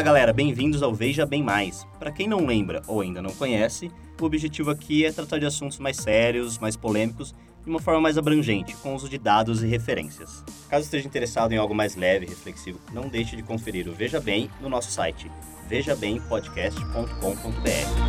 Fala galera, bem-vindos ao Veja Bem Mais. Para quem não lembra ou ainda não conhece, o objetivo aqui é tratar de assuntos mais sérios, mais polêmicos, de uma forma mais abrangente, com o uso de dados e referências. Caso esteja interessado em algo mais leve e reflexivo, não deixe de conferir o Veja Bem no nosso site, vejabempodcast.com.br.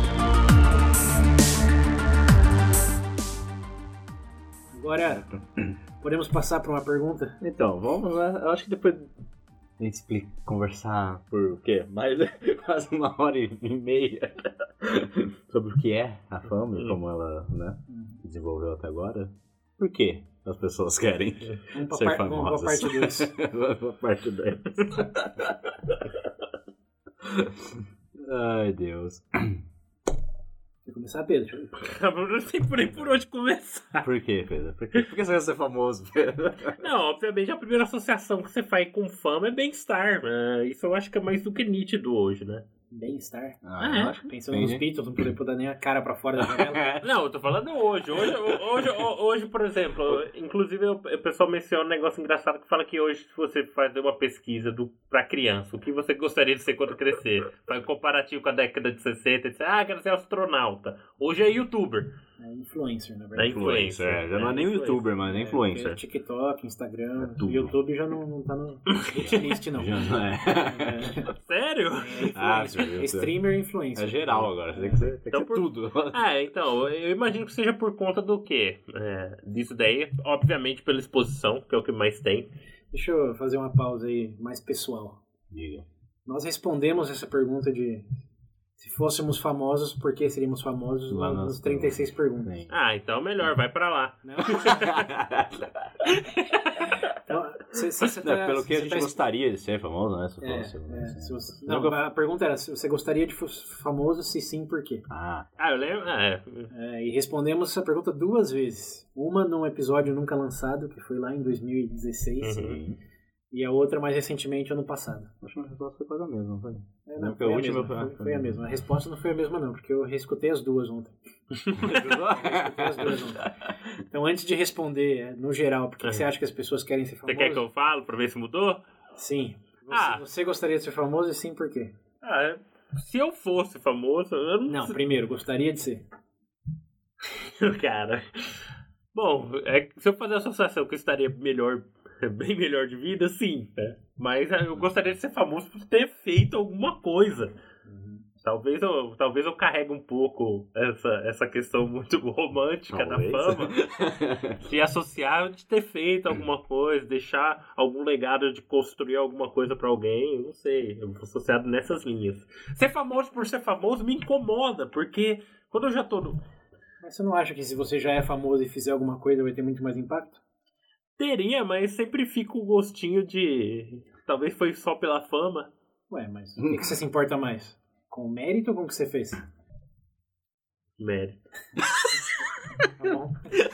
Agora, podemos passar para uma pergunta? Então, vamos lá. Eu acho que depois a gente conversar por o quê? Mais quase 1h30 sobre o que é a fama e como ela, né, desenvolveu até agora. Por que as pessoas querem ser famosas? Vamos para a parte 2. Vamos para a parte 2. Ai, Deus. Quer começar, Pedro? Eu não sei por onde começar. Por quê, Pedro? Por que você quer ser famoso, Pedro? Não, obviamente a primeira associação que você faz com fama é bem-estar. Isso eu acho que é mais do que nítido hoje, né? Bem-estar? Eu acho que Pensando nos Beatles, não poder dar nem a cara pra fora da janela. Não, eu tô falando hoje. Hoje, por exemplo, inclusive o pessoal menciona um negócio engraçado que fala que hoje, se você fazer uma pesquisa pra criança, o que você gostaria de ser quando crescer, faz um comparativo com a década de 60, etc. Quero ser astronauta. Hoje é youtuber. É influencer, na verdade. É influencer. Já não é nem youtuber, mas é influencer. TikTok, Instagram, tudo. YouTube já não tá no hitlist, não. Já não é. Sério? Streamer e influencer. É geral agora, tem que ser Então, tudo. Então, eu imagino que seja por conta do quê? Disso daí, obviamente pela exposição, que é o que mais tem. Deixa eu fazer uma pausa aí, mais pessoal. Diga. Nós respondemos essa pergunta de se fôssemos famosos, por que seríamos famosos lá nas 36 perguntas. Sim. Então melhor, vai pra lá. Não? Então, pelo que a gente gostaria de ser famoso, né? A pergunta era se você gostaria de ser famoso, se sim, por quê? Eu lembro. E respondemos essa pergunta 2 vezes. Uma num episódio nunca lançado, que foi lá em 2016. Uhum. E a outra mais recentemente, ano passado. Acho que a resposta foi quase a mesma, não foi? Foi a mesma. A resposta não foi a mesma, não, porque eu reescutei as duas ontem. Então, antes de responder, no geral, por que você acha que as pessoas querem ser famosas? Você quer que eu fale pra ver se mudou? Sim. Você gostaria de ser famoso e sim, por quê? Se eu fosse famoso, eu não... Primeiro, gostaria de ser. Cara... Bom, se eu fazer a associação que eu estaria bem melhor de vida, sim, né? Mas eu gostaria de ser famoso por ter feito alguma coisa. Talvez eu carregue um pouco essa questão muito romântica da fama de associar de ter feito alguma coisa, deixar algum legado de construir alguma coisa pra alguém, eu não sei, eu vou associado nessas linhas. Ser famoso por ser famoso me incomoda, porque quando eu já tô no... Mas você não acha que se você já é famoso e fizer alguma coisa vai ter muito mais impacto? Teria, mas sempre fica o gostinho de... Talvez foi só pela fama. Ué, mas o que você se importa mais? Com o mérito ou com o que você fez? Mérito. Tá bom.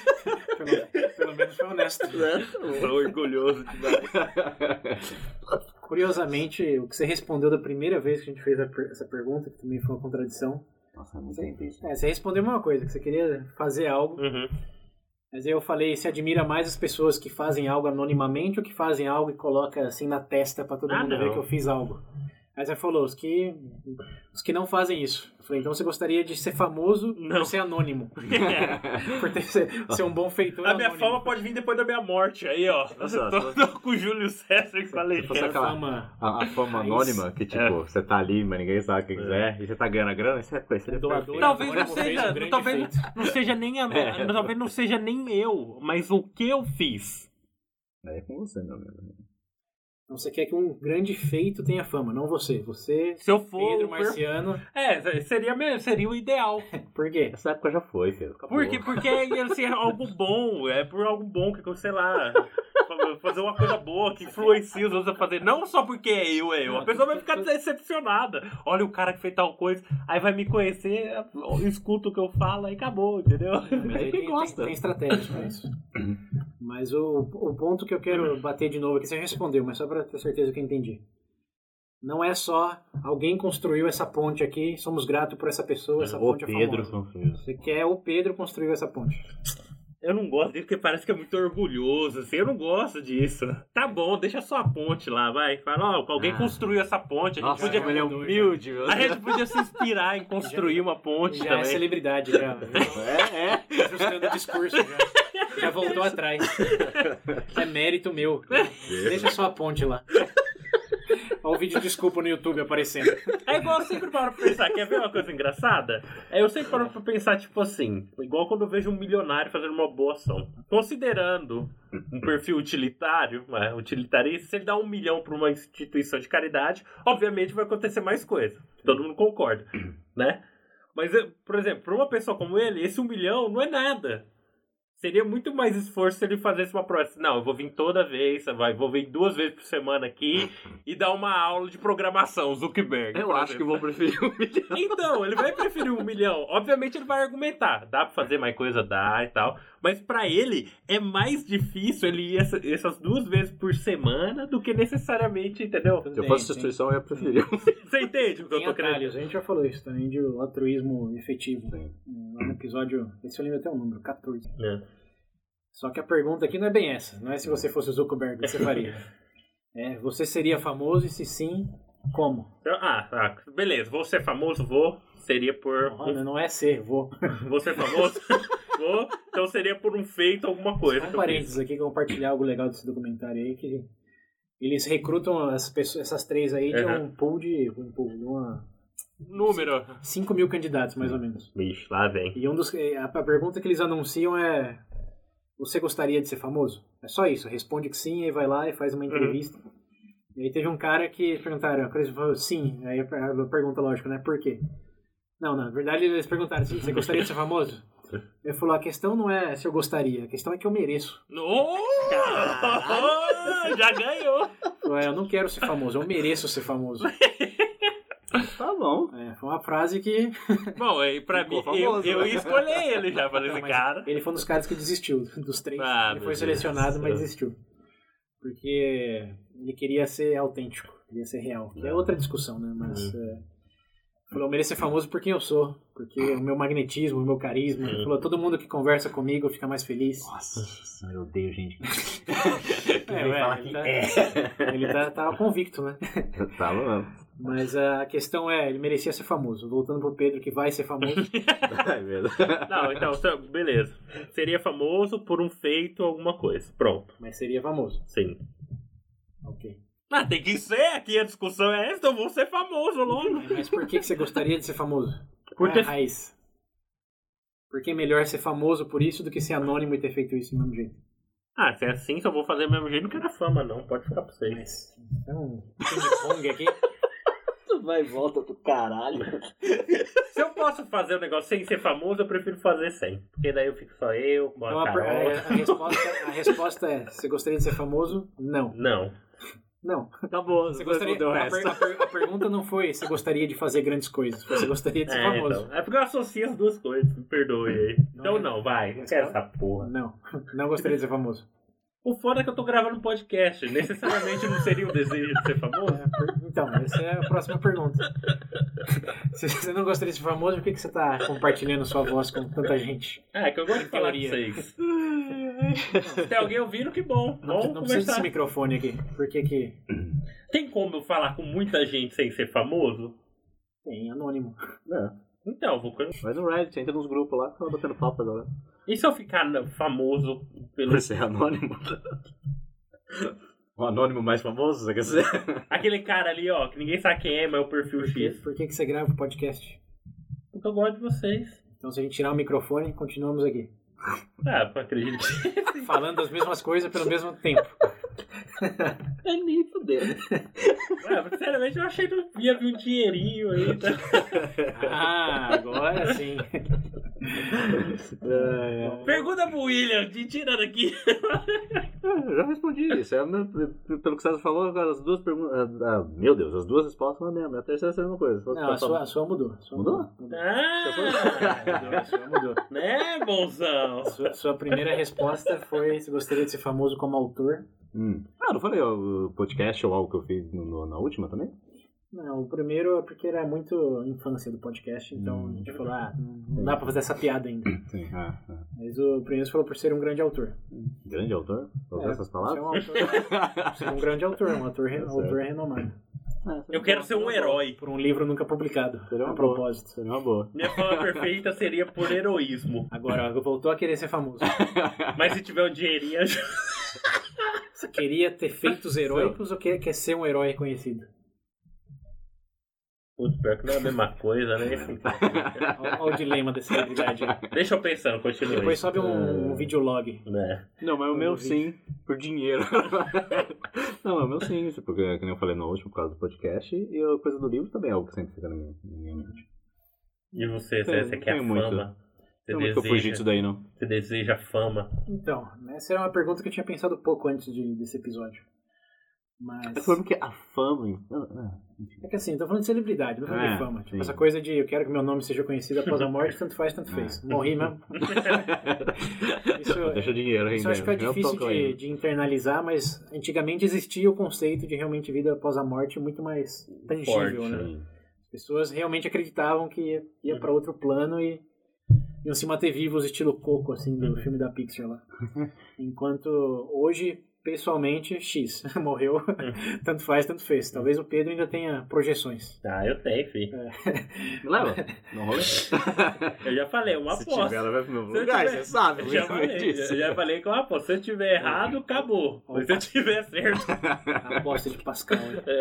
Pelo menos foi honesto. Sou orgulhoso demais. Curiosamente, o que você respondeu da primeira vez que a gente fez essa pergunta, que também foi uma contradição. Nossa, não entendi isso. Você respondeu uma coisa, que você queria fazer algo. Uhum. Mas aí eu falei, você admira mais as pessoas que fazem algo anonimamente ou que fazem algo e coloca assim na testa pra todo mundo ver que eu fiz algo? Aí você falou, os que não fazem isso. Eu falei, então você gostaria de ser famoso por ser anônimo. Por ser um bom feitor A minha anônimo. fama pode vir depois da minha morte. Aí, ó. Tô com o Júlio César e falei. A fama anônima, que tipo, você tá ali, mas ninguém sabe o que quiser, e você tá ganhando a grana, isso é coisa. Talvez não seja nem eu, mas o que eu fiz. É com você, meu amigo. Então você quer que um grande feito tenha fama, não você. Você, se eu for Pedro Marciano... seria o ideal. Por quê? Essa época já foi, filho. Porque ia ser algo bom. É por algo bom que, sei lá... fazer uma coisa boa que influencia os outros a fazer. Não só porque é eu. A pessoa vai ficar decepcionada. Olha o cara que fez tal coisa. Aí vai me conhecer, escuta o que eu falo e acabou, entendeu? Tem estratégia pra isso. Mas o ponto que eu quero bater de novo aqui, você já respondeu, mas só pra ter certeza que eu entendi. Não é só alguém construiu essa ponte aqui, somos gratos por essa pessoa, essa ponte é famosa. Pedro construiu. Você quer o Pedro construiu essa ponte. Eu não gosto disso, porque parece que é muito orgulhoso, assim. Eu não gosto disso. Tá bom, deixa só a ponte lá, vai. Fala, alguém construiu essa ponte. A gente podia... ele é humilde, A gente podia se inspirar em construir uma ponte já também. É celebridade, já. Ajustando o discurso, já voltou atrás. É mérito meu. Deixa só a ponte lá. Olha o vídeo de desculpa no YouTube aparecendo. É igual eu sempre paro pra pensar, quer ver uma coisa engraçada? Eu sempre paro pra pensar, tipo assim, igual quando eu vejo um milionário fazendo uma boa ação. Considerando um perfil utilitário, utilitarista, se ele dá 1 milhão pra uma instituição de caridade, obviamente vai acontecer mais coisa. Todo mundo concorda, né? Mas, por exemplo, pra uma pessoa como ele, esse 1 milhão não é nada. Seria muito mais esforço se ele fizesse uma promessa. Não, eu vou vir toda vez, vou vir 2 vezes por semana aqui e dar uma aula de programação, Zuckerberg. Eu acho que vou preferir 1 milhão. Então, ele vai preferir 1 milhão. Obviamente ele vai argumentar. Dá pra fazer mais coisa? Dá e tal. Mas pra ele, é mais difícil ele ir essas 2 vezes por semana do que necessariamente, entendeu? Se eu fosse instituição, eu ia preferir. Você entende o que eu tô querendo? A gente já falou isso também, de altruísmo efetivo. No episódio, esse eu lembro até o número, 14. Só que a pergunta aqui não é bem essa. Não é se você fosse o Zuckerberg, o que você faria. Você seria famoso e se sim, como? Beleza. Vou ser famoso? Vou. Seria por... Não é ser, vou. Vou ser famoso? Vou. Então seria por um feito, alguma coisa. Um parênteses aqui, compartilhar algo legal desse documentário aí, que eles recrutam essas 3 aí de um pool de uma... Número. 5 mil candidatos, mais ou menos. Bicho, lá vem. E a pergunta que eles anunciam é: você gostaria de ser famoso? É só isso, responde que sim, aí vai lá e faz uma entrevista. E aí teve um cara que perguntaram, falou sim, aí a pergunta lógica, né? Por quê? Não, na verdade eles perguntaram, você gostaria de ser famoso? Ele falou, a questão não é se eu gostaria, a questão é que eu mereço. Já ganhou! Eu não quero ser famoso, eu mereço ser famoso. Tá bom. Foi uma frase que... Bom, aí pra mim, eu escolhi ele já pra esse cara. Ele foi um dos caras que desistiu, dos 3. Ele foi selecionado, mas desistiu. Porque ele queria ser autêntico, queria ser real. Que é outra discussão, né? Mas... falou, eu mereço ser famoso por quem eu sou. Porque o meu magnetismo, o meu carisma. Ele falou, todo mundo que conversa comigo fica mais feliz. Nossa, eu odeio gente. Ele tava convicto, né? Tava mesmo. Mas a questão ele merecia ser famoso. Voltando pro Pedro, que vai ser famoso. Não, então, beleza. Seria famoso por um feito, alguma coisa. Pronto. Mas seria famoso. Sim. Ok. Tem que ser, aqui a discussão é essa, então vou ser famoso logo. Mas por que você gostaria de ser famoso? Por ter raiz. Porque é melhor ser famoso por isso do que ser anônimo e ter feito isso do mesmo jeito. Se é assim, só vou fazer do mesmo jeito, não quero fama, não. Pode ficar pra vocês. Então, ping-pong aqui. Vai e volta pro caralho. Se eu posso fazer o negócio sem ser famoso, eu prefiro fazer sem. Porque daí eu fico só eu, com a Carol. A resposta é, você gostaria de ser famoso? Não. Não. Acabou, você gostaria, a pergunta não foi você gostaria de fazer grandes coisas, você gostaria de ser famoso. Então. É porque eu associo as duas coisas, me perdoe aí. Não vai, não quero essa porra. Não gostaria de ser famoso. O foda é que eu tô gravando um podcast. Necessariamente não seria o desejo de ser famoso? Então, essa é a próxima pergunta. Se você não gostaria de ser famoso, por que você tá compartilhando sua voz com tanta gente? Que eu gosto de falar com vocês. Se tem alguém ouvindo, que bom. Vamos não precisa desse microfone aqui. Por que... Tem como eu falar com muita gente sem ser famoso? Tem, anônimo. Então, vou... Vai no Reddit, entra nos grupos lá, fica batendo papo agora. E se eu ficar famoso pelo... Por ser anônimo? O anônimo mais famoso, você quer dizer? Aquele cara ali, que ninguém sabe quem é, mas é o perfil X. Por que você grava o podcast? Porque eu gosto de vocês. Então, se a gente tirar o microfone, continuamos aqui. Acredito. Falando as mesmas coisas pelo mesmo tempo. Nem fudendo. Sinceramente, eu achei que ia vir um dinheirinho aí. Tá? Agora sim. Pergunta pro William, te tirando aqui. Eu já respondi isso. Pelo que você falou, as duas perguntas. Meu Deus, as duas respostas são a mesma. A terceira é a mesma coisa. Não, a sua mudou. Mudou? A sua mudou. Né, bonzão? Sua primeira resposta foi se gostaria de ser famoso como autor. Não falei o podcast ou algo que eu fiz na última também? Não, o primeiro é porque era muito infância do podcast, então a gente falou, não dá pra fazer essa piada ainda. Sim. Mas o primeiro você falou por ser um grande autor. Grande autor? Vou usar essas palavras? Ser um grande autor, um autor renomado. Eu quero ser um herói. Por um livro nunca publicado, Seria uma a propósito. Seria uma boa. Minha fama perfeita seria por heroísmo. Agora, voltou a querer ser famoso. Mas se tiver um dinheirinho... Você queria ter feitos heróicos ou quer ser um herói reconhecido? Putz, pior que não é a mesma coisa, né? Olha o dilema dessa celebridade. Deixa eu pensando, continue. Depois sobe um videolog. Não, mas o meu sim, por dinheiro. Não, o meu sim, porque, como eu falei no último, por causa do podcast, e a coisa do livro também é algo que sempre fica na minha mente. E você quer a fama? Não muito que eu fugi disso daí, não. Você deseja fama? Então, essa era uma pergunta que eu tinha pensado pouco antes desse episódio. Mas... É porque a fama... É que assim, eu tô falando de celebridade, não tô falando de fama. Tipo, essa coisa de eu quero que meu nome seja conhecido após a morte, tanto faz, tanto fez. Morri mesmo. Deixa dinheiro aí. Isso eu acho que é difícil de internalizar, mas antigamente existia o conceito de realmente vida após a morte muito mais tangível, forte, né? As pessoas realmente acreditavam que ia pra outro plano e iam se manter vivos, estilo Coco, assim, do filme da Pixar lá. Enquanto hoje... Pessoalmente, X. Morreu, tanto faz, tanto fez. Talvez o Pedro ainda tenha projeções. Eu tenho, filho. Me leva? Não rolê? Eu já falei, uma aposta. Se tiver, ela vai pro meu lugar, você sabe. Eu já falei que é uma aposta. Se eu tiver errado, acabou. Mas se eu tiver certo... A aposta de Pascal.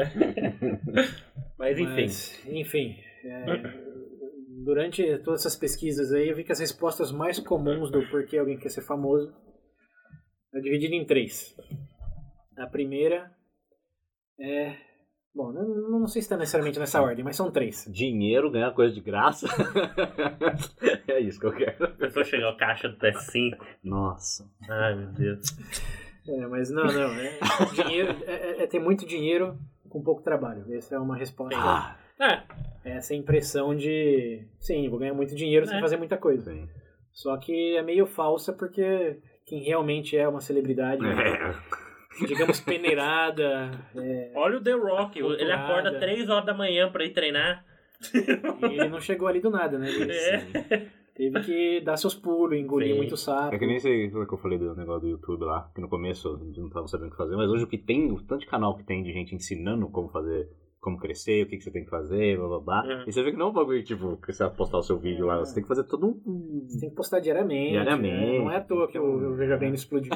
Mas enfim. Durante todas essas pesquisas aí, eu vi que as respostas mais comuns do porquê alguém quer ser famoso é dividido em 3. A primeira é... Bom, não sei se está necessariamente nessa ordem, mas são 3. Dinheiro, ganhar coisa de graça. É isso que eu quero. A pessoa chega ao caixa do PS5. Nossa. Ai, meu Deus. Mas não. Dinheiro, é ter muito dinheiro com pouco trabalho. Essa é uma resposta. Essa impressão de... Sim, vou ganhar muito dinheiro sem fazer muita coisa. Sim. Só que é meio falsa porque... Quem realmente é uma celebridade, digamos, peneirada. Olha o The Rock, culturada. Ele acorda 3 horas da manhã pra ir treinar. E ele não chegou ali do nada, né? Ele teve que dar seus pulos, engolir muito sapo. É que nem sei o que eu falei do negócio do YouTube lá, que no começo eu não tava sabendo o que fazer, mas hoje o tanto de canal que tem de gente ensinando como fazer, como crescer, o que você tem que fazer, blá blá blá. E você vê que não é um bagulho, tipo, que você vai postar o seu vídeo lá, você tem que fazer todo um... Você tem que postar diariamente. Né? Não é à toa que o Veja Bem explodiu.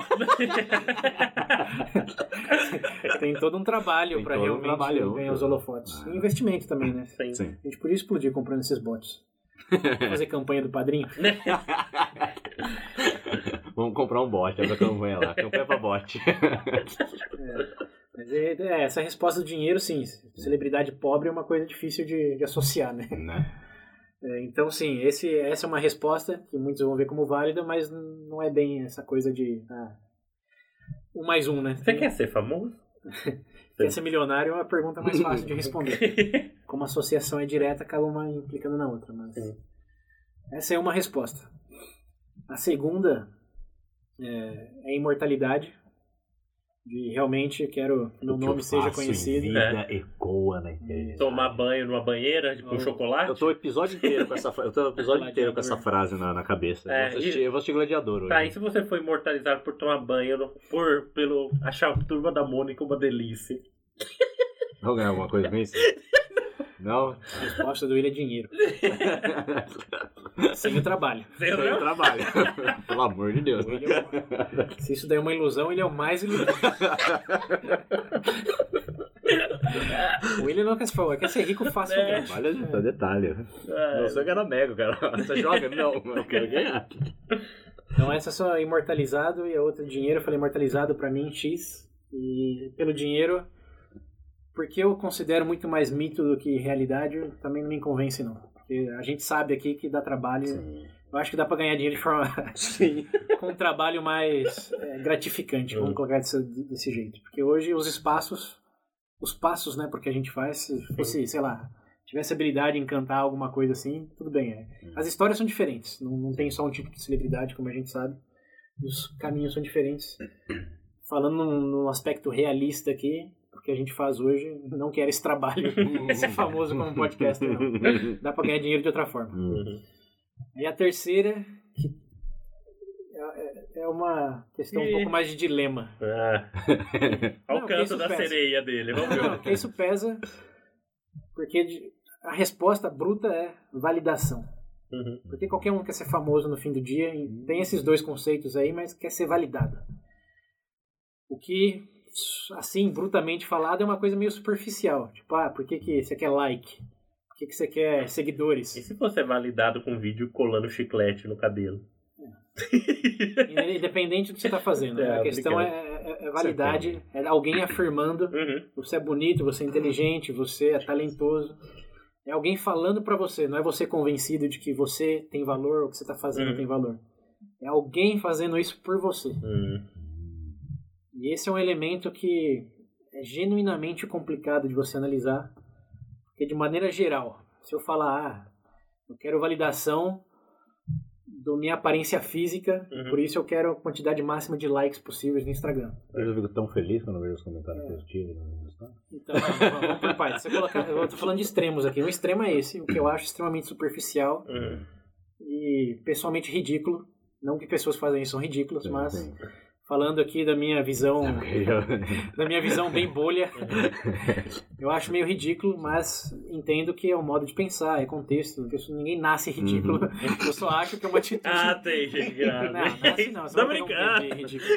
Tem todo um trabalho pra realmente ganhar os holofotes. E investimento também, né? Sim. A gente podia explodir comprando esses bots. Fazer campanha do padrinho. Vamos comprar um bot, essa campanha lá. Campanha pra bot. Mas essa resposta do dinheiro, sim. Celebridade pobre é uma coisa difícil de associar, né? Então, sim, essa é uma resposta que muitos vão ver como válida, mas não é bem essa coisa de 1 mais 1, né? Você quer ser famoso? Quer ser milionário é uma pergunta mais fácil de responder. Como a associação é direta, acaba uma implicando na outra. Mas essa é uma resposta. A segunda é a imortalidade. De realmente quero que meu nome seja conhecido. Vida ecoa na internet. Tomar banho numa banheira com chocolate? Eu tô o episódio inteiro com essa frase na cabeça. Eu vou assistir Gladiador hoje. Tá, e se você for imortalizado por tomar banho, pelo achar a Turma da Mônica uma delícia? Vou ganhar alguma coisa com isso? Não? A resposta do William é dinheiro. Sem o trabalho. Sem o trabalho. Pelo amor de Deus. Se isso daí é uma ilusão, ele é o mais iludido. O William não quer ser rico facilmente. Olha, tá detalhe. Não sou garamego, cara. Você joga? Não, eu quero ganhar. Então essa só é imortalizado e a outra dinheiro. Eu falei imortalizado pra mim, X. E pelo dinheiro... Porque eu considero muito mais mito do que realidade, também não me convence, não. Porque a gente sabe aqui que dá trabalho. Sim. Eu acho que dá pra ganhar dinheiro de forma... com um trabalho mais gratificante, vamos colocar desse jeito. Porque hoje os passos, né, porque a gente faz, se fosse, sei lá, tivesse habilidade em cantar alguma coisa assim, tudo bem. As histórias são diferentes, não tem só um tipo de celebridade, como a gente sabe. Os caminhos são diferentes. Falando no aspecto realista aqui... que a gente faz hoje, não quero esse trabalho, ser famoso como podcaster, não. Dá pra ganhar dinheiro de outra forma. E a terceira, que é uma questão um pouco mais de dilema. Olha o canto da sereia dele. Vamos ver. Não, que isso pesa, porque a resposta bruta é validação. Porque qualquer um quer ser famoso no fim do dia, tem esses dois conceitos aí, mas quer ser validado. O que, assim, brutamente falado, é uma coisa meio superficial. Tipo, por que você quer like? Por que você quer seguidores? E se você é validado com um vídeo colando chiclete no cabelo? Independente do que você está fazendo. A questão é validade, é alguém afirmando você é bonito, você é inteligente, você é talentoso. É alguém falando pra você, não é você convencido de que você tem valor ou que você tá fazendo tem valor. É alguém fazendo isso por você. E esse é um elemento que é genuinamente complicado de você analisar, porque de maneira geral, se eu falar, eu quero validação da minha aparência física, por isso eu quero a quantidade máxima de likes possíveis no Instagram. Eu fico tão feliz quando eu vejo os comentários positivos. Então, vamos por partes. Eu tô falando de extremos aqui. Um extremo é esse, o que eu acho extremamente superficial e pessoalmente ridículo. Não que pessoas que fazem isso são ridículas, mas falando aqui da minha visão bem bolha, eu acho meio ridículo, mas entendo que é um modo de pensar, é contexto, ninguém nasce ridículo. Eu só acho que é uma atitude. Tem gente grave. Não, nasce não. Você vai pegar um bebê ridículo.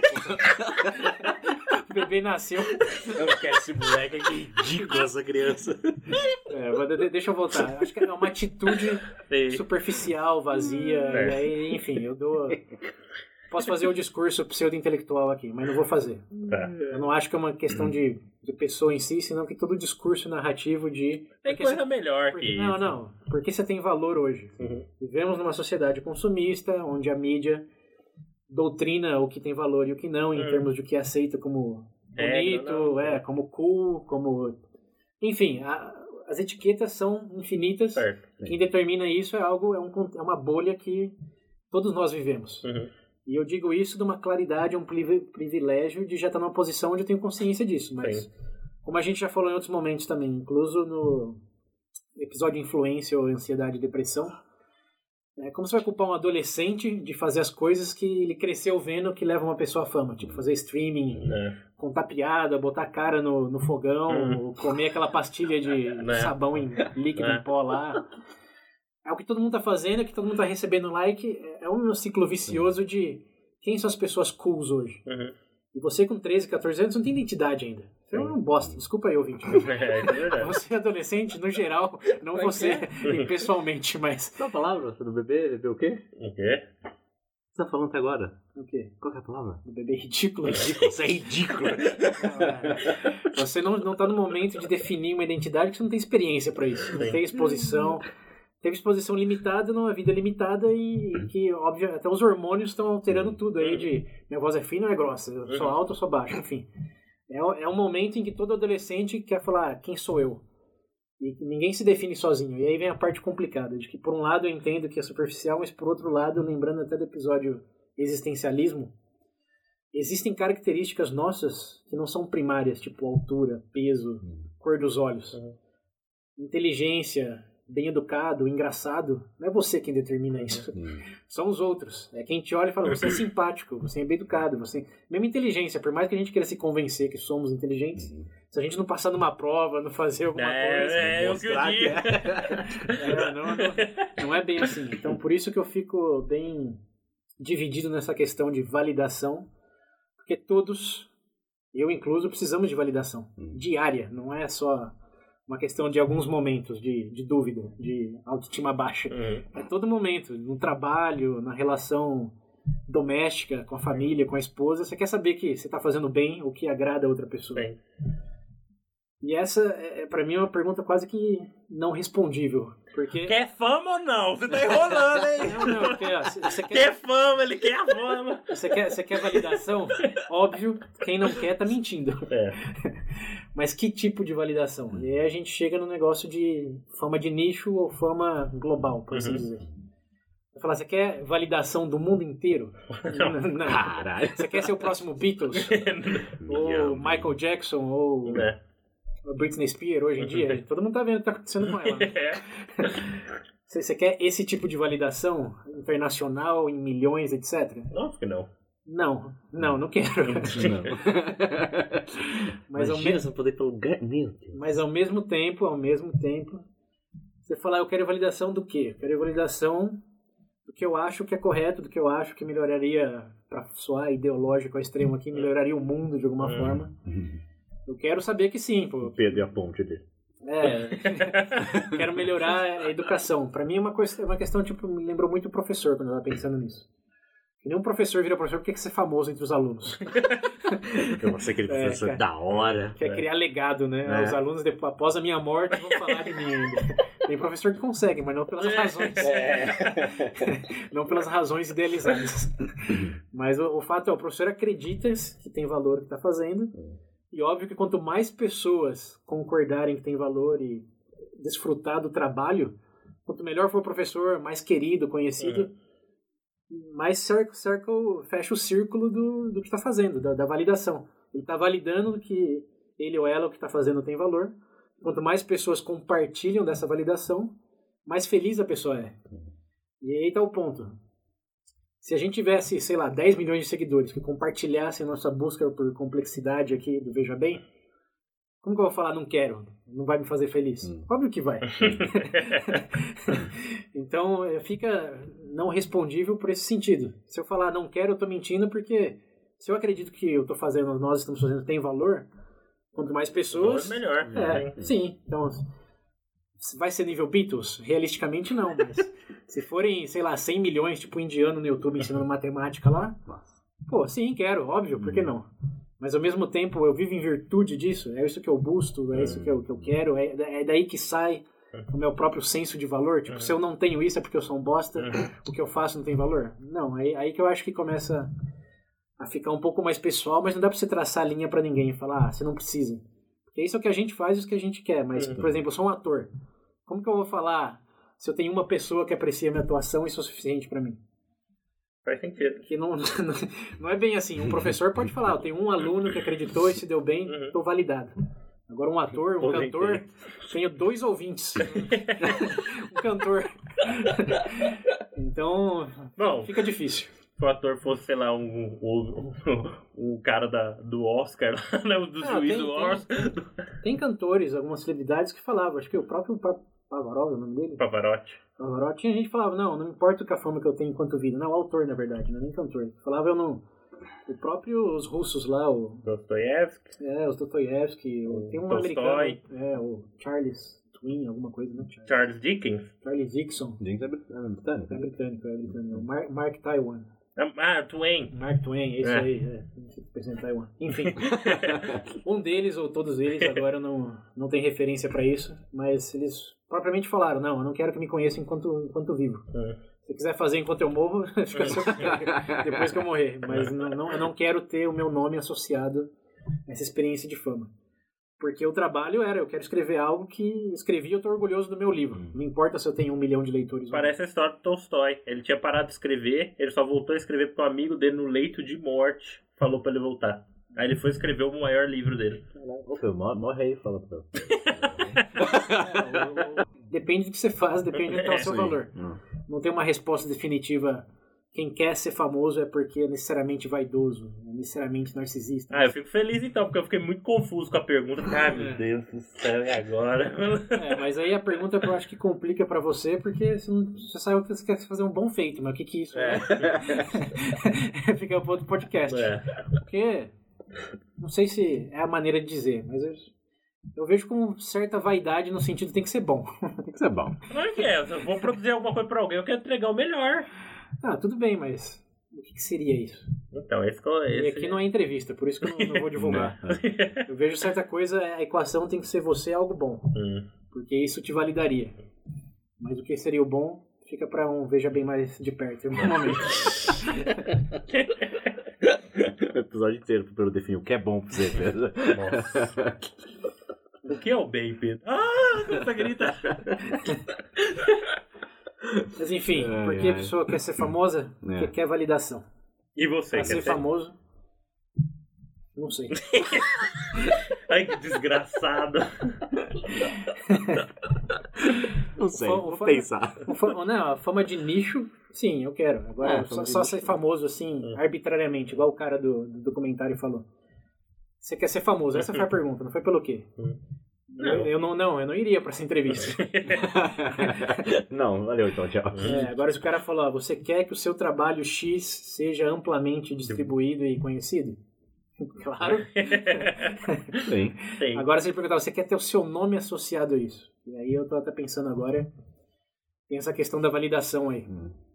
O bebê nasceu. Eu quero esse moleque, que ridículo essa criança. Deixa eu voltar. Eu acho que é uma atitude superficial, vazia, e aí, enfim, eu dou. Posso fazer o discurso pseudo-intelectual aqui, mas não vou fazer. Eu não acho que é uma questão de pessoa em si, senão que todo discurso narrativo de... Tem coisa melhor que isso. Não. Porque você tem valor hoje. Vivemos numa sociedade consumista, onde a mídia doutrina o que tem valor e o que não, em termos de o que é aceito como bonito, como cool, como... Enfim, as etiquetas são infinitas. Quem determina isso é uma bolha que todos nós vivemos. E eu digo isso de uma claridade, um privilégio de já estar numa posição onde eu tenho consciência disso. Mas, como a gente já falou em outros momentos também, incluso no episódio Influência ou Ansiedade e Depressão, como você vai culpar um adolescente de fazer as coisas que ele cresceu vendo que levam uma pessoa à fama? Tipo, fazer streaming, contar piada, botar a cara no fogão, comer aquela pastilha de sabão em líquido em pó lá... É o que todo mundo tá fazendo, é o que todo mundo tá recebendo like. É um ciclo vicioso de quem são as pessoas cools hoje. E você com 13, 14 anos não tem identidade ainda. Você é um bosta. Desculpa aí, ouvinte. Você é adolescente, no geral, não você pessoalmente, mas... Qual a palavra do bebê? Bebê o quê? O quê? Você tá falando até agora? O quê? Qual que é a palavra? Do bebê ridículo. Você é ridículo. Você não tá no momento de definir uma identidade que você não tem experiência pra isso. Não tem exposição... Teve exposição limitada numa vida limitada e que, óbvio, até os hormônios estão alterando tudo aí de minha voz é fina ou é grossa, eu sou alto ou sou baixo, enfim. É um momento em que todo adolescente quer falar quem sou eu. E ninguém se define sozinho. E aí vem a parte complicada, de que por um lado eu entendo que é superficial, mas por outro lado, lembrando até do episódio Existencialismo, existem características nossas que não são primárias, tipo altura, peso, cor dos olhos, inteligência... bem educado, engraçado, não é você quem determina isso. São os outros. É quem te olha e fala, você é simpático, você é bem educado, você... Mesmo inteligência, por mais que a gente queira se convencer que somos inteligentes, se a gente não passar numa prova, não fazer alguma coisa... mostrar que não é bem assim. Então, por isso que eu fico bem dividido nessa questão de validação, porque todos, eu incluso, precisamos de validação diária, não é só... uma questão de alguns momentos de dúvida, de autoestima baixa. É todo momento, no trabalho, na relação doméstica, com a família, com a esposa, você quer saber que você está fazendo bem o que agrada a outra pessoa. E essa, pra mim, é uma pergunta quase que não respondível. Porque... Quer fama ou não? Você tá enrolando, hein? Não, porque você quer fama, ele quer a fama. Você quer validação? Óbvio, quem não quer tá mentindo. Mas que tipo de validação? E aí a gente chega no negócio de fama de nicho ou fama global, por assim dizer. Você fala, você quer validação do mundo inteiro? Não. Caralho. Você quer ser o próximo Beatles? Ou Michael Jackson? Ou a Britney Spears hoje em dia, todo mundo tá vendo o que tá acontecendo com ela. Né? Você quer esse tipo de validação internacional, em milhões, etc? Não, acho que não. Não quero. Não. Mas Imagina poder pelo lugar. Meu Deus. Mas ao mesmo tempo, você falar, eu quero validação do quê? Eu quero validação do que eu acho que é correto, do que eu acho que melhoraria, pra soar ideológico ao extremo aqui, melhoraria o mundo de alguma forma. Eu quero saber que sim, pô. Pedro e a ponte dele. Quero melhorar a educação. Pra mim é uma questão, tipo, me lembrou muito o professor quando eu tava pensando nisso. Que nenhum professor vira professor porque quer ser famoso entre os alunos. Eu vou ser aquele professor da hora. Quer criar legado, né? Os alunos, após a minha morte, vão falar de mim ainda. Tem professor que consegue, mas não pelas razões. Não pelas razões idealizadas. Mas o fato é, o professor acredita que tem valor o que está fazendo. E óbvio que quanto mais pessoas concordarem que tem valor e desfrutar do trabalho, quanto melhor for o professor, mais querido, conhecido, mais fecha o círculo do que está fazendo, da validação. Ele está validando que ele ou ela, o que está fazendo, tem valor. Quanto mais pessoas compartilham dessa validação, mais feliz a pessoa é. E aí está o ponto. Se a gente tivesse, 10 milhões de seguidores que compartilhassem a nossa busca por complexidade aqui do Veja Bem, como que eu vou falar não quero? Não vai me fazer feliz? Óbvio que vai. Então, fica não respondível por esse sentido. Se eu falar não quero, eu estou mentindo, porque se eu acredito que eu estou fazendo, nós estamos fazendo, tem valor, quanto mais pessoas... melhor. Sim. Então, vai ser nível Beatles? Realisticamente, não, mas... Se forem, 100 milhões, tipo indiano no YouTube ensinando matemática lá, pô, sim, quero, óbvio, por que não? Mas ao mesmo tempo, eu vivo em virtude disso, é isso que eu busco, é isso que eu quero, é daí que sai o meu próprio senso de valor. Tipo, se eu não tenho isso é porque eu sou um bosta, o que eu faço não tem valor? Não, aí que eu acho que começa a ficar um pouco mais pessoal, mas não dá pra você traçar a linha pra ninguém e falar, você não precisa. Porque isso é o que a gente faz e isso que a gente quer, mas, por exemplo, eu sou um ator. Como que eu vou falar... Se eu tenho uma pessoa que aprecia a minha atuação, isso é suficiente pra mim. Faz sentido. Que não é bem assim. Um professor pode falar, eu tenho um aluno que acreditou e se deu bem, estou validado. Agora um ator, um cantor, tenho 2 ouvintes. Um cantor. Então, fica difícil. Se o ator fosse, um cara do Oscar, né? Do juiz do Oscar. Tem cantores, algumas celebridades que falavam, acho que o próprio Pavarotti, o nome dele? Pavarotti. Tinha gente que falava, não importa a fama que eu tenho enquanto vida. Não, o autor, na verdade, não é nem cantor. Falava, eu não... O próprio, os russos lá, o... Dostoiévski. Os Dostoiévski. Tem um americano, o Charles Twin, alguma coisa, né? Charles Dickens. Charles Dixon. Dickens é britânico. É britânico. O Mark Twain. Twain. Mark Twain, esse aí, presidente de Taiwan. Enfim, um deles, ou todos eles, agora não tem referência pra isso, mas eles propriamente falaram, não, eu não quero que me conheçam enquanto vivo. Se quiser fazer enquanto eu morro, fica a seu critério, depois que eu morrer. Mas eu não quero ter o meu nome associado a essa experiência de fama. Porque o trabalho eu quero escrever algo que escrevi e eu tô orgulhoso do meu livro. Não importa se eu tenho 1 milhão de leitores. Parece a história do Tolstói. Ele tinha parado de escrever, ele só voltou a escrever porque o amigo dele no leito de morte falou pra ele voltar. Aí ele foi escrever o maior livro dele. Morre aí, fala pra ele. Depende do que você faz, depende do que tá o seu valor. Não tem uma resposta definitiva. Quem quer ser famoso é porque é necessariamente vaidoso, é necessariamente narcisista. Eu fico feliz então, porque eu fiquei muito confuso com a pergunta. Meu Deus do céu, e agora? Mas aí a pergunta eu acho que complica pra você, porque você sabe que você quer fazer um bom feito, mas o que isso é? Fica pro outro podcast. Porque, não sei se é a maneira de dizer, mas eu vejo com certa vaidade no sentido tem que ser bom. Tem que ser bom. Não se eu vou produzir alguma coisa pra alguém, eu quero entregar o melhor. Tudo bem, mas o que seria isso? Então, esse E aqui não é entrevista, por isso que eu não vou divulgar. Eu vejo certa coisa, a equação tem que ser você algo bom. Porque isso te validaria. Mas o que seria o bom, fica pra um Veja Bem mais de perto, em algum momento. O episódio inteiro pra eu definir o que é bom pra você, Pedro. Nossa. O que é o bem, Pedro? Essa grita. Mas enfim, porque a pessoa quer ser famosa, porque quer validação. E você quer ser famoso? Não sei. Ai, que desgraçado. Não sei, vou pensar. Não, a fama de nicho, sim, eu quero. Agora, só ser famoso, assim, arbitrariamente, igual o cara do documentário falou. Você quer ser famoso? Essa foi a pergunta, não foi pelo quê? Eu não iria pra essa entrevista. Não, valeu então, tchau. Agora se o cara falar, você quer que o seu trabalho X seja amplamente distribuído e conhecido? Claro. Sim. Agora se ele perguntar, você quer ter o seu nome associado a isso? E aí eu tô até pensando agora, tem essa questão da validação aí.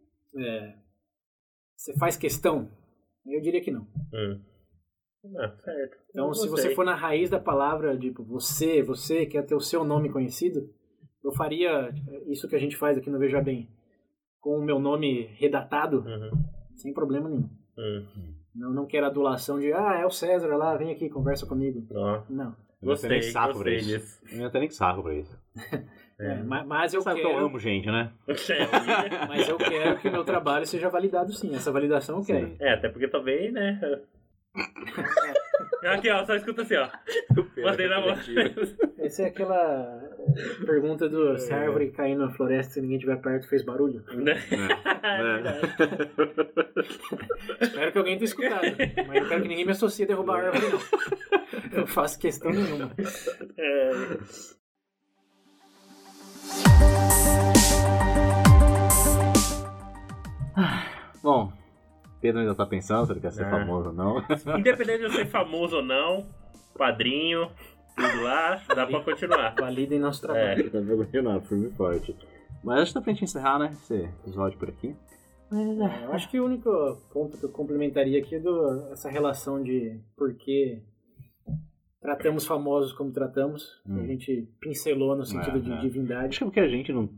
Você faz questão? Eu diria que não. Certo. Então, se você for na raiz da palavra, tipo, você quer ter o seu nome conhecido, eu faria isso que a gente faz aqui no Veja Bem, com o meu nome redatado, sem problema nenhum. Não quero adulação de, é o César lá, vem aqui, conversa comigo. Não. Gostei disso. Eu não tenho nem saco pra isso. Mas eu Sabe quero... que eu amo gente, né? Mas eu quero que o meu trabalho seja validado sim. Essa validação eu quero. Até porque também, né? Aqui, ó, só escuta assim, ó. Mandei na mão. Essa é aquela pergunta do se a árvore cair na floresta e ninguém estiver perto fez barulho. Espero que alguém tenha escutado. Mas eu quero que ninguém me associe a derrubar a árvore, não. Eu faço questão nenhuma. Bom, Pedro ainda tá pensando se ele quer ser famoso ou não. Independente de eu ser famoso ou não, padrinho, tudo lá, dá pra continuar. Validem nosso trabalho. Tá vergonhando, firme e forte. Mas acho que tá pra gente encerrar, né? Esse episódio por aqui. Eu acho que o único ponto que eu complementaria aqui é essa relação de por que tratamos famosos como tratamos. A gente pincelou no sentido de divindade. Acho que é porque a gente não...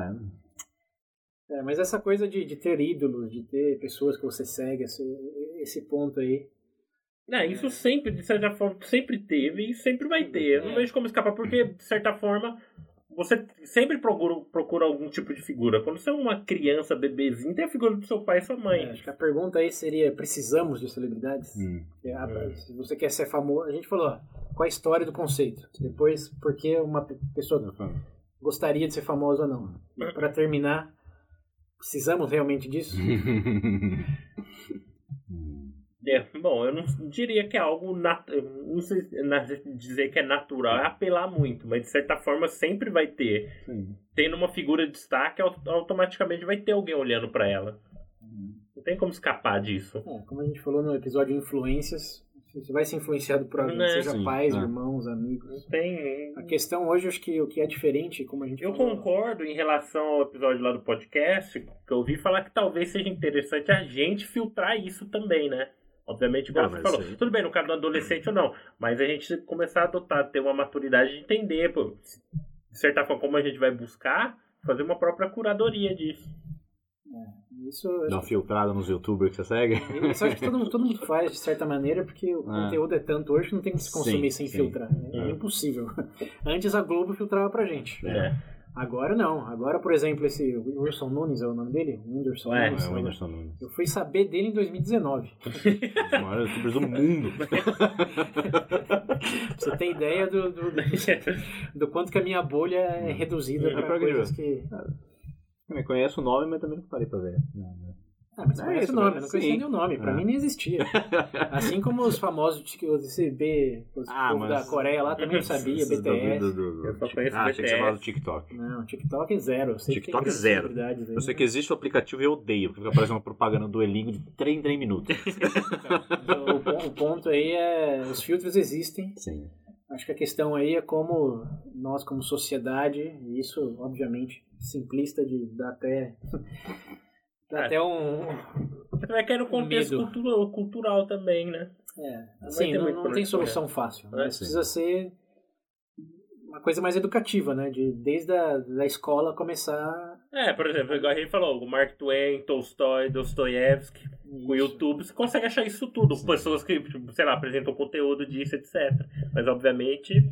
mas essa coisa de ter ídolos, de ter pessoas que você segue, esse ponto aí. Isso sempre, de certa forma, sempre teve e sempre vai ter. Eu não vejo como escapar, porque, de certa forma, você sempre procura algum tipo de figura. Quando você é uma criança, bebezinho, tem a figura do seu pai e sua mãe. Acho que a pergunta aí seria, precisamos de celebridades? Se você quer ser famoso... A gente falou, qual a história do conceito? Depois, por que uma pessoa gostaria de ser famosa ou não? E para terminar... Precisamos realmente disso? Bom, eu não diria que é algo... Não sei dizer que é natural, é apelar muito, mas de certa forma sempre vai ter. Tendo uma figura de destaque, automaticamente vai ter alguém olhando pra ela. Não tem como escapar disso. Como a gente falou no episódio Influências, você vai ser influenciado por alguém, seja pais, irmãos, amigos. Tem... A questão hoje, acho que o que é diferente, como a gente falou... Eu concordo em relação ao episódio lá do podcast, que eu ouvi falar que talvez seja interessante a gente filtrar isso também, né? Obviamente, igual você falou. Tudo bem, no caso do adolescente ou não, mas a gente começar a adotar, ter uma maturidade de entender, de certa forma, como a gente vai buscar, fazer uma própria curadoria disso. Isso, dá uma filtrada nos youtubers que você segue? Isso acho que todo mundo faz de certa maneira, porque o conteúdo é tanto hoje que não tem que se consumir sem filtrar. É impossível. Antes a Globo filtrava pra gente. Agora não. Agora, por exemplo, esse Whindersson Nunes é o nome dele? Whindersson Nunes. Whindersson Nunes. Eu fui saber dele em 2019. Os maiores youtubers do mundo. Você tem ideia do quanto que a minha bolha é reduzida para coisas que... Eu conheço o nome, mas também não parei pra ver. Mas você conhece o nome, eu não conhecia nem o nome. Pra mim nem existia. Assim como os famosos povo da Coreia lá também não sabia, BTS. Eu só conheço achei que você falava do BTS. TikTok. Não, TikTok é zero. TikTok é zero. Eu sei que existe o aplicativo e eu odeio, porque fica aparecendo uma propaganda do Duolingo de 3 em 3 minutos. O ponto aí é, os filtros existem. Sim. Acho que a questão aí é como nós, como sociedade, e isso, obviamente, simplista de dar até um... Vai cair no contexto cultural também, né? Assim, não tem solução fácil. Mas precisa ser uma coisa mais educativa, né? Desde a escola começar... Por exemplo, igual a gente falou, o Mark Twain, Tolstói, Dostoiévski, o YouTube, você consegue achar isso tudo. Pessoas que, sei lá, apresentam conteúdo disso, etc. Mas, obviamente,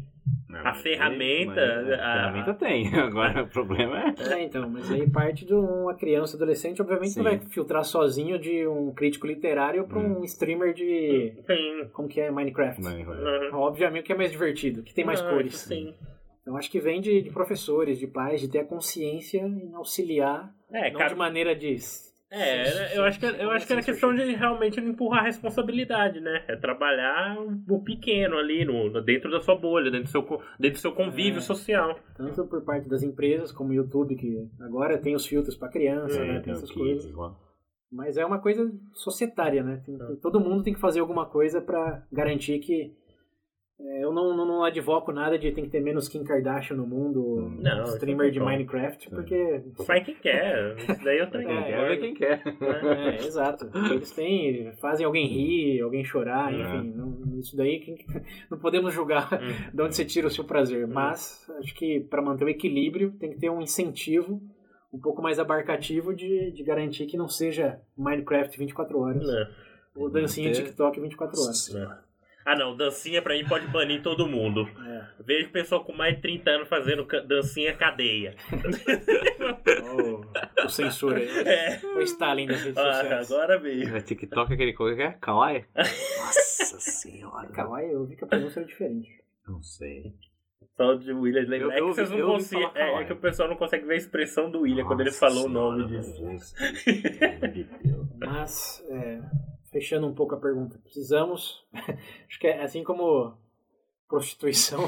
A ferramenta... A ferramenta tem, agora o problema é... então, mas aí parte de uma criança, adolescente, obviamente não vai filtrar sozinho de um crítico literário para um streamer de... Como que é? Minecraft. Obviamente que é mais divertido, que tem mais cores. Sim. Então acho que vem de professores, de pais, de ter a consciência em auxiliar, não de maneira de... eu acho que era questão de realmente empurrar a responsabilidade, né? É trabalhar o pequeno ali, dentro da sua bolha, dentro do seu convívio social. Tanto por parte das empresas, como o YouTube, que agora tem os filtros para criança, né? Tem essas coisas. Mas é uma coisa societária, né? Todo mundo tem que fazer alguma coisa para garantir que... eu não advoco nada de tem que ter menos Kim Kardashian no mundo, streamer de Minecraft, porque... Faz quem quer, isso daí eu também quem quer. Exato. Eles fazem alguém rir, alguém chorar, enfim, isso daí não podemos julgar de onde você tira o seu prazer, mas acho que para manter o equilíbrio tem que ter um incentivo um pouco mais abarcativo de garantir que não seja Minecraft 24 horas ou dancinha TikTok 24 horas. Não, dancinha pra mim pode banir todo mundo. Vejo pessoa com mais de 30 anos fazendo dancinha cadeia. O censura aí. O Stalin das redes sociais. Agora veio. O TikTok é aquele coisa que é Kawaii? Nossa senhora. Kawaii, eu vi que a pronúncia era diferente. Não sei. Só de William lembrar. É que vocês não conseguem. É que o pessoal não consegue ver a expressão do William quando ele falou o nome disso. Mas, fechando um pouco a pergunta, precisamos, acho que é assim como prostituição,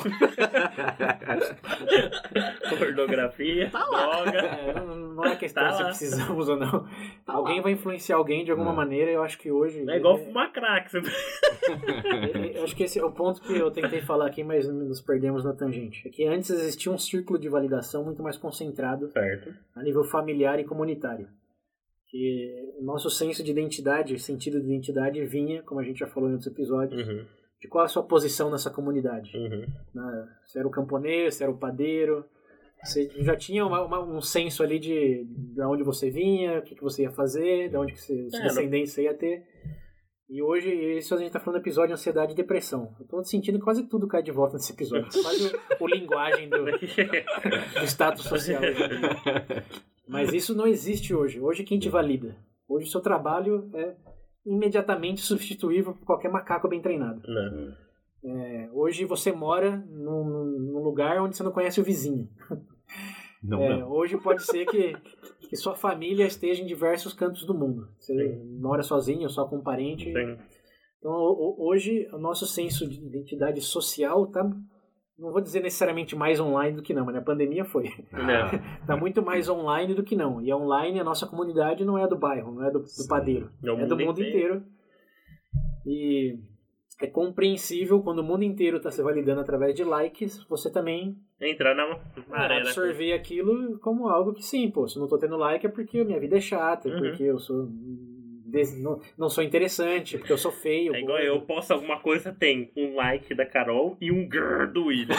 pornografia, droga, não é questão se precisamos ou não, alguém vai influenciar alguém de alguma maneira. Eu acho que hoje é igual fumar crack. Eu acho que esse é o ponto que eu tentei falar aqui, mas nos perdemos na tangente. É que antes existia um círculo de validação muito mais concentrado a nível familiar e comunitário. Que o nosso senso de identidade, sentido de identidade vinha, como a gente já falou em outros episódios, de qual a sua posição nessa comunidade. Se era o camponês, se era o padeiro, você já tinha um senso ali de onde você vinha, o que você ia fazer, de onde os descendentes você ia ter. E hoje, isso a gente está falando do episódio de ansiedade e depressão. Eu estou sentindo que quase tudo cai de volta nesse episódio. Quase o linguagem do status social. Mas isso não existe hoje. Hoje quem te valida? Hoje o seu trabalho é imediatamente substituível por qualquer macaco bem treinado. Hoje você mora num lugar onde você não conhece o vizinho. Hoje pode ser que sua família esteja em diversos cantos do mundo. Você mora sozinho, só com um parente. Então hoje o nosso senso de identidade social está... Não vou dizer necessariamente mais online do que não, mas na pandemia foi. Tá muito mais online do que não. E online, a nossa comunidade não é do bairro, não é do padeiro. É do mundo inteiro. E é compreensível quando o mundo inteiro está se validando através de likes, você também entrar na arena. Absorver aquilo como algo que sim, se eu não tô tendo like é porque a minha vida é chata, porque eu sou... Não sou interessante, porque eu sou feio. É igual eu posto alguma coisa, tem um like da Carol e um grrr do William.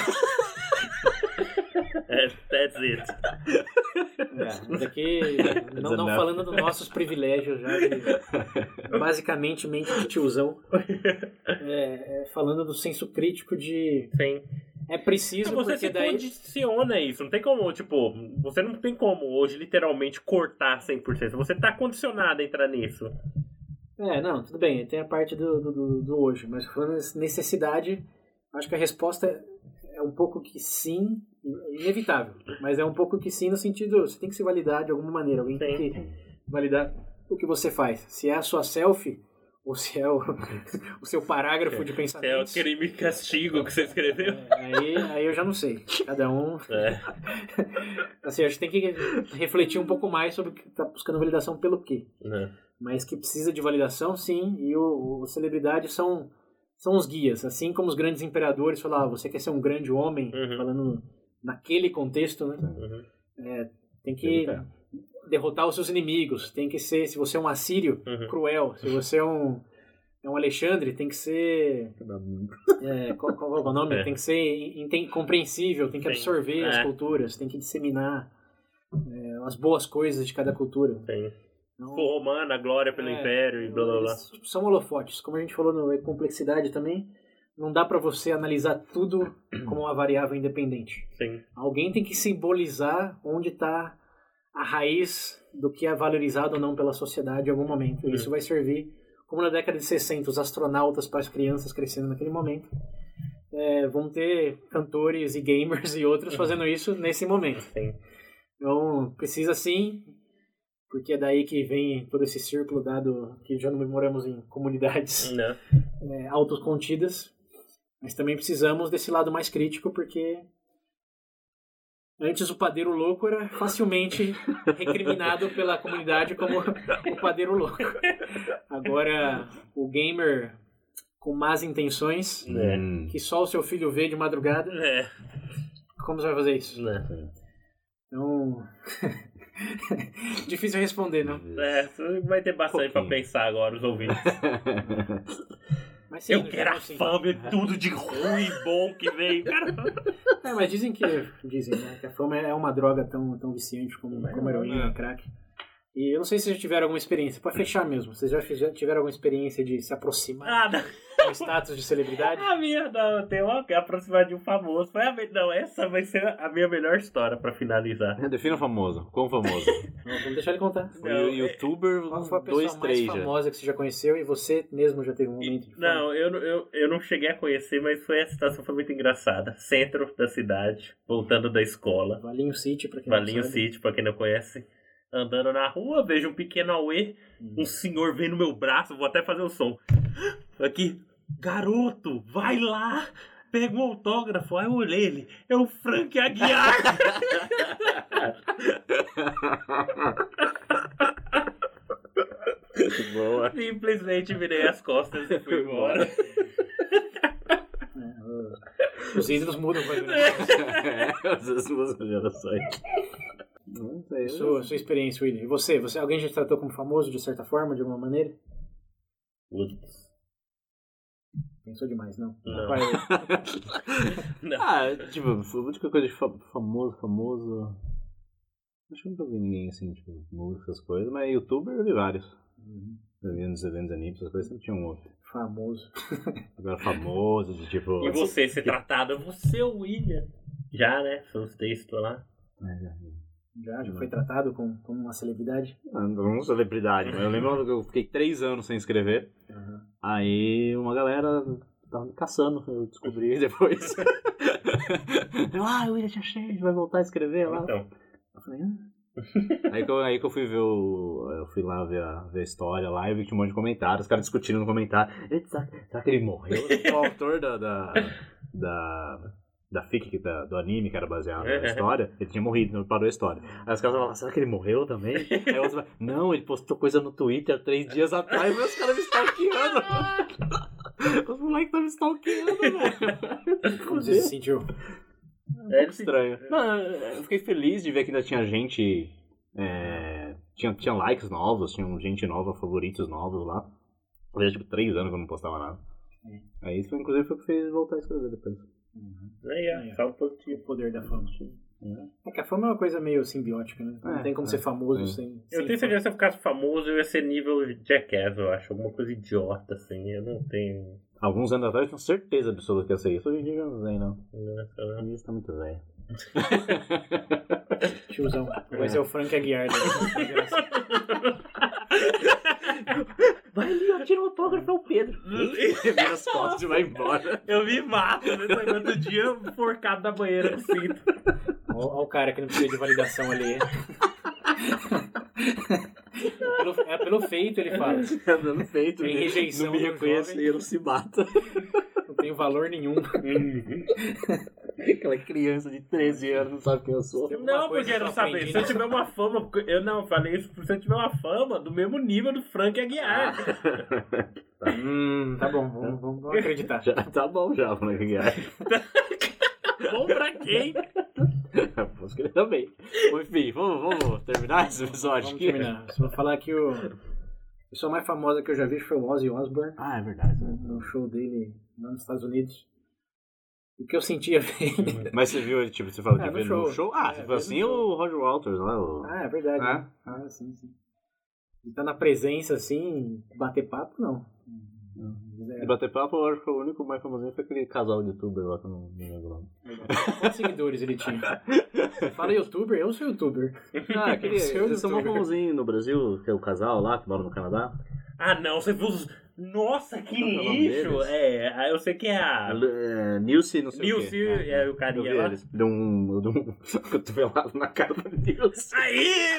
That's it. Mas aqui, não falando dos nossos privilégios já, basicamente mente de tiozão, falando do senso crítico de... Sim. É preciso, você se condiciona isso. Não tem como, você não tem como hoje literalmente cortar 100%. Você tá condicionado a entrar nisso. Não, tudo bem. Tem a parte do hoje. Mas falando de necessidade, acho que a resposta é um pouco que sim, inevitável. Mas é um pouco que sim no sentido, você tem que se validar de alguma maneira. Alguém tem que validar o que você faz. Se é a sua selfie... ou se é o seu parágrafo de pensamento. Se é o crime e castigo que você escreveu. Aí eu já não sei. Cada um... Assim, acho que tem que refletir um pouco mais sobre o que está buscando validação pelo quê. Mas que precisa de validação, sim. E o celebridade são os guias. Assim como os grandes imperadores falavam, você quer ser um grande homem, falando naquele contexto, né? Tem que... derrotar os seus inimigos, tem que ser, se você é um assírio, cruel, se você é um Alexandre, tem que ser qual é o nome? Tem que ser compreensível, tem que absorver as culturas, tem que disseminar as boas coisas de cada cultura. Então, romana, glória pelo império e blá blá blá. São holofotes, como a gente falou no Complexidade também, não dá para você analisar tudo como uma variável independente. Sim. Alguém tem que simbolizar onde está a raiz do que é valorizado ou não pela sociedade em algum momento. E isso vai servir, como na década de 60, os astronautas para as crianças crescendo naquele momento. Vão ter cantores e gamers e outros fazendo isso nesse momento. Sim. Então, precisa sim, porque é daí que vem todo esse círculo, dado que já não moramos em comunidades autocontidas, mas também precisamos desse lado mais crítico, porque antes o padeiro louco era facilmente recriminado pela comunidade como o padeiro louco. Agora, o gamer com más intenções, que só o seu filho vê de madrugada, como você vai fazer isso? Então, difícil responder, não? Vai ter bastante pra pensar agora, os ouvintes. Mas, sim, eu quero a fama e tudo de ruim e bom que veio, cara. Mas dizem, né, que a fama é uma droga tão viciante como heroína e crack. E eu não sei se vocês já tiveram alguma experiência, pra fechar mesmo, vocês já tiveram alguma experiência de se aproximar do status de celebridade? A minha não, tem uma que é aproximar de um famoso. Essa vai ser a minha melhor história pra finalizar. Defina famoso, quão famoso? Vamos deixar ele contar. Youtuber, qual foi a pessoa mais famosa que você já conheceu e você mesmo já teve um momento de fama? Não, eu não cheguei a conhecer, mas a situação foi muito engraçada. Centro da cidade, voltando da escola. Valinho City, pra quem Valinho City, pra quem não conhece. Andando na rua, vejo um pequeno auê, um senhor vem no meu braço, vou até fazer o som. Aqui, garoto, vai lá, pega um autógrafo. Aí eu olhei ele, é o Frank Aguiar. Boa. Simplesmente virei as costas e fui embora. Os ídolos mudam, As duas gerações. Não sei. Sua experiência, William. E você? Alguém já te tratou como famoso de certa forma, de alguma maneira? Pensou demais, não? Não. Não. Tipo, a única coisa de famoso. Acho que nunca vi ninguém assim, tipo, música, essas coisas, mas youtuber eu vi vários. Eu vi nos eventos animes, essas coisas sempre tinha um outro. Famoso. Agora famoso, de tipo. E você ser tratado? Você, o William. Já, né? Seus textos lá. Já foi tratado como uma celebridade? Não uma celebridade, mas eu lembro que eu fiquei 3 anos sem escrever. Aí uma galera tava me caçando, eu descobri depois. William, te achei, a gente vai voltar a escrever lá. Então. Eu falei, Aí que eu fui ver eu fui lá ver a história lá e vi que tinha um monte de comentários, os caras discutindo no comentário. Será que ele morreu? O autor da fic, do anime que era baseado na história, ele tinha morrido, não parou a história. Aí os caras falaram, será que ele morreu também? Aí outros falaram, não, ele postou coisa no Twitter 3 dias atrás, mas os caras me stalkeando. Os moleques estão me stalkeando, velho. Como você se sentiu? É estranho. Não, eu fiquei feliz de ver que ainda tinha gente, tinha likes novos, tinha gente nova, favoritos novos lá. Fazia tipo 3 anos que eu não postava nada. Aí isso inclusive foi o que fez voltar a escrever depois. Só o poder da fama. É que a fama é uma coisa meio simbiótica, né? Não tem como ser famoso sem. Eu tenho certeza que se eu ficasse famoso eu ia ser nível Jackass, eu acho. Alguma coisa idiota, assim. Eu não tenho. Alguns anos atrás eu tinha certeza absoluta que ia ser isso. Hoje em dia eu não sei, não. Hoje em dia você tá muito velho. Tiozão. Vai ser o Frank Aguiar. Vai ali, ó, tira o autógrafo, é o Pedro. Vira as costas e vai embora. Eu me mato, né? Outro dia forcado na banheira com cinto. Olha o cara que não precisa de validação ali. É pelo feito, ele fala. É pelo feito. Tem rejeição. Não me reconhece e ele se mata. Não tenho valor nenhum. Aquela criança de 13 anos não sabe quem eu sou. Não, porque eu não sabia. Se eu tiver uma fama, eu não falei isso, se eu tiver uma fama do mesmo nível do Frank Aguiar. Tá bom, vamos acreditar. Já, tá bom já, Frank Aguiar. Bom pra quem? Posso querer também. Enfim, vamos terminar esse episódio vamos aqui? Terminar. Vou falar que a pessoa mais famosa que eu já vi foi o Ozzy Osbourne. Ah, é verdade. No show dele lá nos Estados Unidos. O que eu sentia vendo. Mas você viu ele, tipo, você falou que no viu show. no show? Ah, você falou assim, o Roger Waters lá. É verdade. Né? Sim. E tá na presença, assim, bater papo, não. De bater papo, eu acho que o único mais famosinho foi aquele casal de youtuber lá que eu não lembro. Quantos seguidores ele tinha? Você fala youtuber? Eu sou youtuber. Eles são mais famosinhos no Brasil, que é o casal lá, que mora no Canadá. Ah, não, você viu os... Nossa, que Qual é o nome lixo! deles? Eu sei que é a... Nilce, não sei o Nilce, quê. o carinha Eu vi lá. eles. Deu um cotovelado na cara do Nilce. Aí,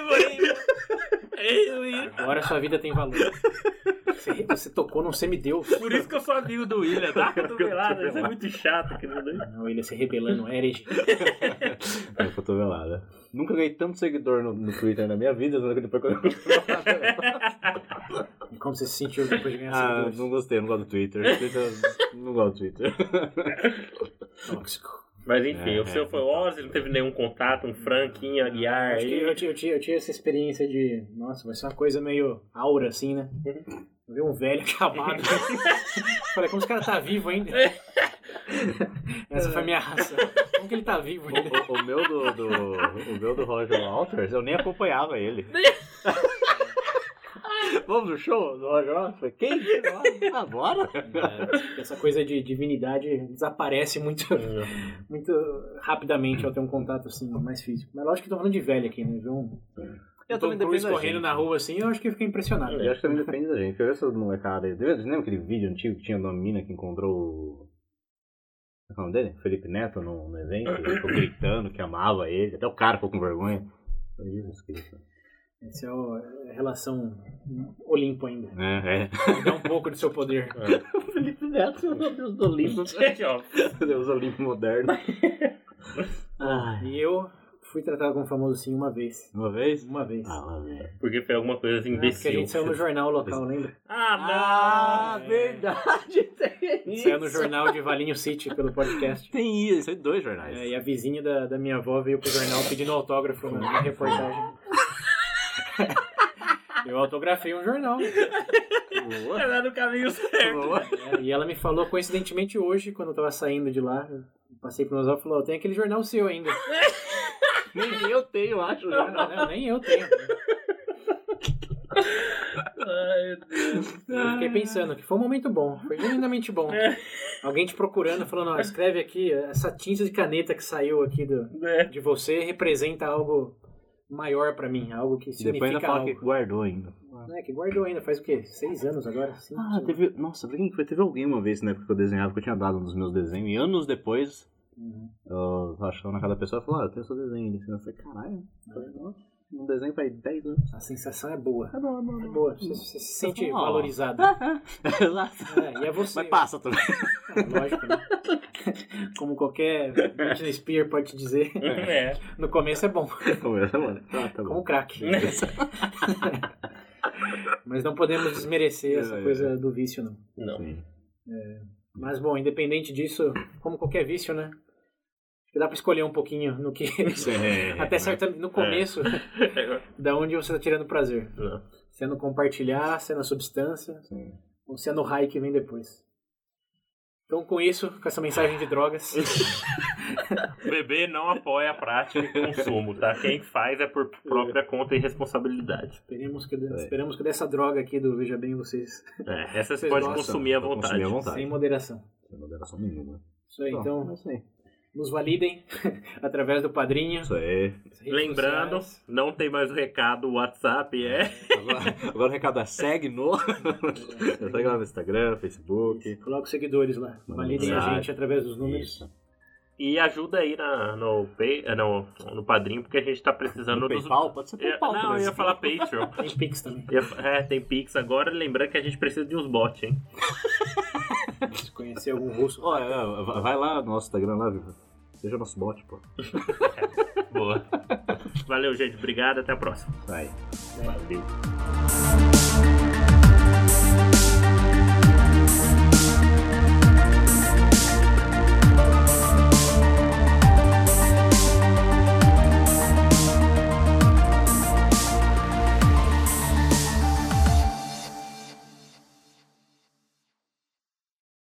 mãe! Agora sua vida tem valor. Você tocou num semideus. Por isso que eu sou amigo do William, dá cotovelada, isso é muito chato, querido. Não, o William se rebelando, herege. É, cotovelada. Nunca ganhei tanto seguidor no Twitter na minha vida, só que depois que eu... E como você se sentiu depois de ganhar seguidores? Não gostei, não gosto do Twitter. Não gosto do Twitter. Tóxico. Mas enfim, o seu foi o Ozzy, não teve nenhum contato, um Franquinho Aguiar Acho que aí. eu tinha essa experiência de... Nossa, vai ser uma coisa meio aura, assim, né? Eu vi um velho acabado. Falei, como esse cara tá vivo ainda? Essa foi a minha raça. Como que ele tá vivo ainda? O meu do Roger Walters, eu nem acompanhava ele. Vamos no show do Roger Walters? Falei, quem? Agora? Essa coisa de divinidade desaparece muito rapidamente ao ter um contato assim mais físico. Mas lógico que tô falando de velho aqui, né? Eu tô correndo na rua assim, eu acho que eu fiquei impressionado. Eu acho que também depende da gente. Eu vejo essa molecada aí. Você lembra aquele vídeo antigo que tinha de uma menina que encontrou Qual é o nome dele? Felipe Neto no evento? Ele ficou gritando que amava ele. Até o cara ficou com vergonha. Jesus Cristo. Essa é a relação Olimpo ainda. Dá um pouco do seu poder. O Felipe Neto, meu Deus do Olimpo. Deus Olimpo moderno. E eu fui tratado como famoso sim uma vez. Uma vez? Uma vez. Uma vez. Porque foi alguma coisa assim, imbecil. Porque a gente saiu no jornal local, lembra? Verdade. Tem Saiu no jornal de Valinho City pelo podcast. Tem isso, é 2 jornais. E a vizinha da minha avó veio pro jornal pedindo autógrafo na reportagem. Eu autografei um jornal. Era no caminho certo. E ela me falou, coincidentemente hoje, quando eu tava saindo de lá, eu passei pro meu avô e falou, tem aquele jornal seu ainda. Nem eu tenho, acho. Não, nem eu tenho. Ai, meu Deus. Eu fiquei pensando que foi um momento bom, foi genuinamente bom. Alguém te procurando, falando, não, escreve aqui, essa tinta de caneta que saiu aqui de você representa algo maior pra mim, algo que significa depois ainda fala algo. que guardou ainda. Que guardou ainda, faz o quê? 6 anos agora? Teve alguém uma vez na época que eu desenhava, que eu tinha dado um dos meus desenhos, e anos depois, eu achava na casa da pessoa e falou, eu tenho seu desenho ali. Eu falei, caralho, um desenho faz 10 anos. A sensação é boa. É boa. É boa, você se sente valorizado. Exato. E é você. Mas passa também. Lógico, né? Como qualquer Britney Spears pode te dizer, no começo é bom. Começa, mano. Tá bom. Como crack. Mas não podemos desmerecer essa coisa do vício, não. Não. Mas, bom, independente disso, como qualquer vício, né? Dá pra escolher um pouquinho no que... até certo no começo, da onde você tá tirando prazer. Se é no compartilhar, se é na substância, ou se é no high que vem depois. Então, com isso, com essa mensagem de drogas... Bebê não apoia a prática de consumo, tá? Quem faz é por própria conta e responsabilidade. Esperamos que dessa droga aqui do Veja Bem vocês... Essa você pode consumir à vontade. Sem moderação. Sem moderação nenhuma. Isso aí, então... Nos validem através do Padrinho. Isso aí. Lembrando, não tem mais o recado, o WhatsApp Agora o recado é segue segue lá no Instagram, Facebook. Coloca os seguidores lá. Validem a gente através dos números. Isso. E ajuda aí no Padrinho, porque a gente tá precisando dos... PayPal? Pode ser PayPal. Não, eu ia falar Patreon. Tem Pix também. Tem Pix agora, lembrando que a gente precisa de uns bots, hein? Se conhecer algum russo. Vai lá no nosso Instagram lá, viu? Seja nosso bot, pô. Boa. Valeu, gente. Obrigado. Até a próxima. Vai. Valeu.